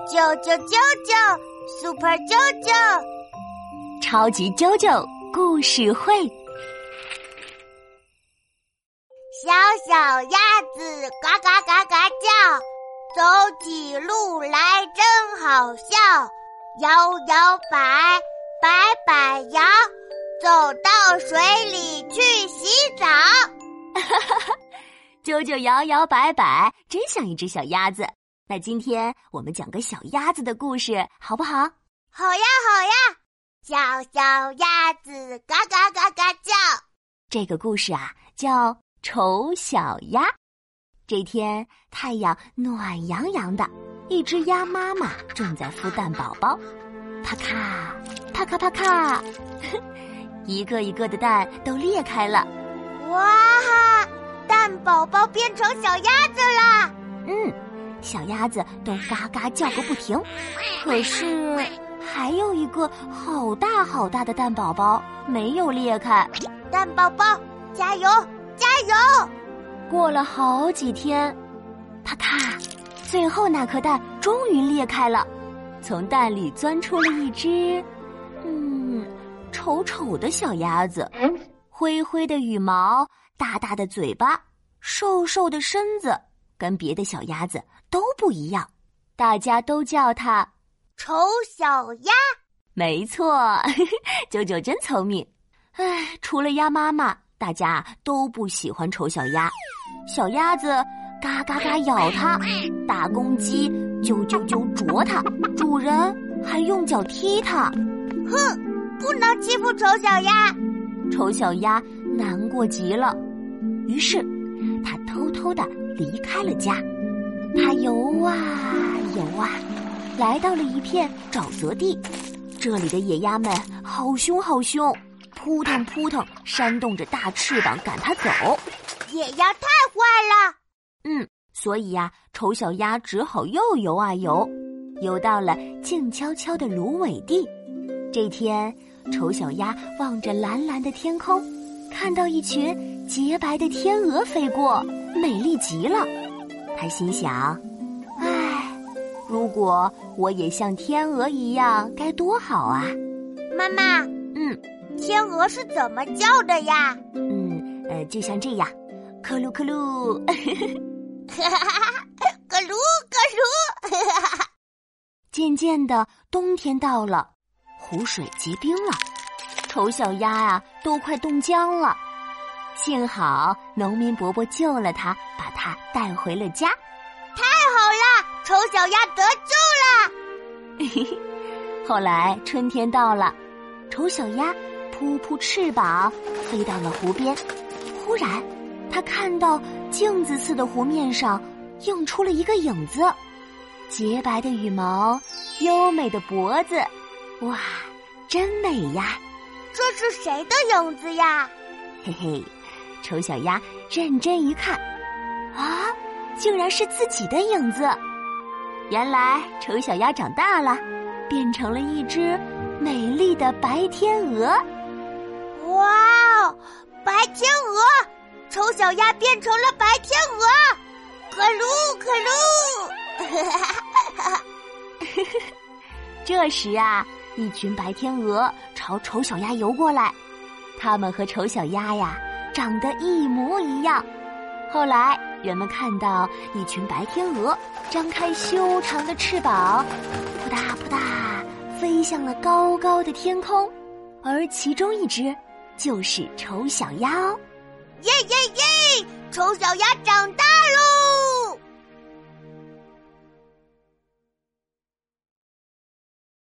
啾啾啾啾 ，Super 啾啾， 超级啾啾故事会。 小小鸭子嘎嘎嘎嘎叫，走起路来真好笑。摇摇摆，摆摆摇，走到水里去洗澡。 啾啾摇摇摆摆，真像一只小鸭子。那今天我们讲个小鸭子的故事，好不好？ 好呀，好呀！小小鸭子嘎嘎嘎嘎叫。 这个故事啊，叫丑小鸭。这天太阳暖洋洋的，一只鸭妈妈正在孵蛋宝宝，啪咔啪咔啪咔，一个一个的蛋都裂开了。 哇，蛋宝宝变成小鸭子了。 小鸭子都嘎嘎叫个不停，可是还有一个好大好大的蛋宝宝没有裂开。 蛋宝宝加油加油！ 过了好几天，啪咔，最后那颗蛋终于裂开了，从蛋里钻出了一只丑丑的小鸭子，灰灰的羽毛，大大的嘴巴，瘦瘦的身子，跟别的小鸭子都不一样，大家都叫它丑小鸭。 没错，啾啾真聪明。除了鸭妈妈，大家都不喜欢丑小鸭。小鸭子嘎嘎嘎咬它，大公鸡啾啾啾啄它，主人还用脚踢它。 哼，不能欺负丑小鸭。 丑小鸭难过极了，于是它偷偷地离开了家。它游啊游啊，来到了一片沼泽地。这里的野鸭们好凶好凶，扑腾扑腾，扇动着大翅膀赶它走。 野鸭太坏了。 所以呀，丑小鸭只好又游啊游，游到了静悄悄的芦苇地。这天，丑小鸭望着蓝蓝的天空，看到一群洁白的天鹅飞过，美丽极了。他心想，如果我也像天鹅一样，该多好啊！ 妈妈，天鹅是怎么叫的呀？ 就像这样，克噜克噜， 咯噜咯噜。 渐渐的，冬天到了，湖水结冰了，丑小鸭啊都快冻僵了。幸好农民伯伯救了它，把它带回了家。 太好了，丑小鸭得救了。 后来春天到了，丑小鸭扑扑翅膀飞到了湖边。忽然它看到镜子似的湖面上映出了一个影子，洁白的羽毛，优美的脖子，哇，真美呀！ 这是谁的影子呀？ 嘿嘿，丑小鸭认真一看，竟然是自己的影子。原来丑小鸭长大了，变成了一只美丽的白天鹅。 哇，白天鹅！丑小鸭变成了白天鹅，可噜可噜。 这时啊，一群白天鹅朝丑小鸭游过来，它们和丑小鸭呀长得一模一样。后来人们看到一群白天鹅张开修长的翅膀，扑嗒扑嗒飞向了高高的天空，而其中一只就是丑小鸭哦。 耶耶耶！丑小鸭长大喽！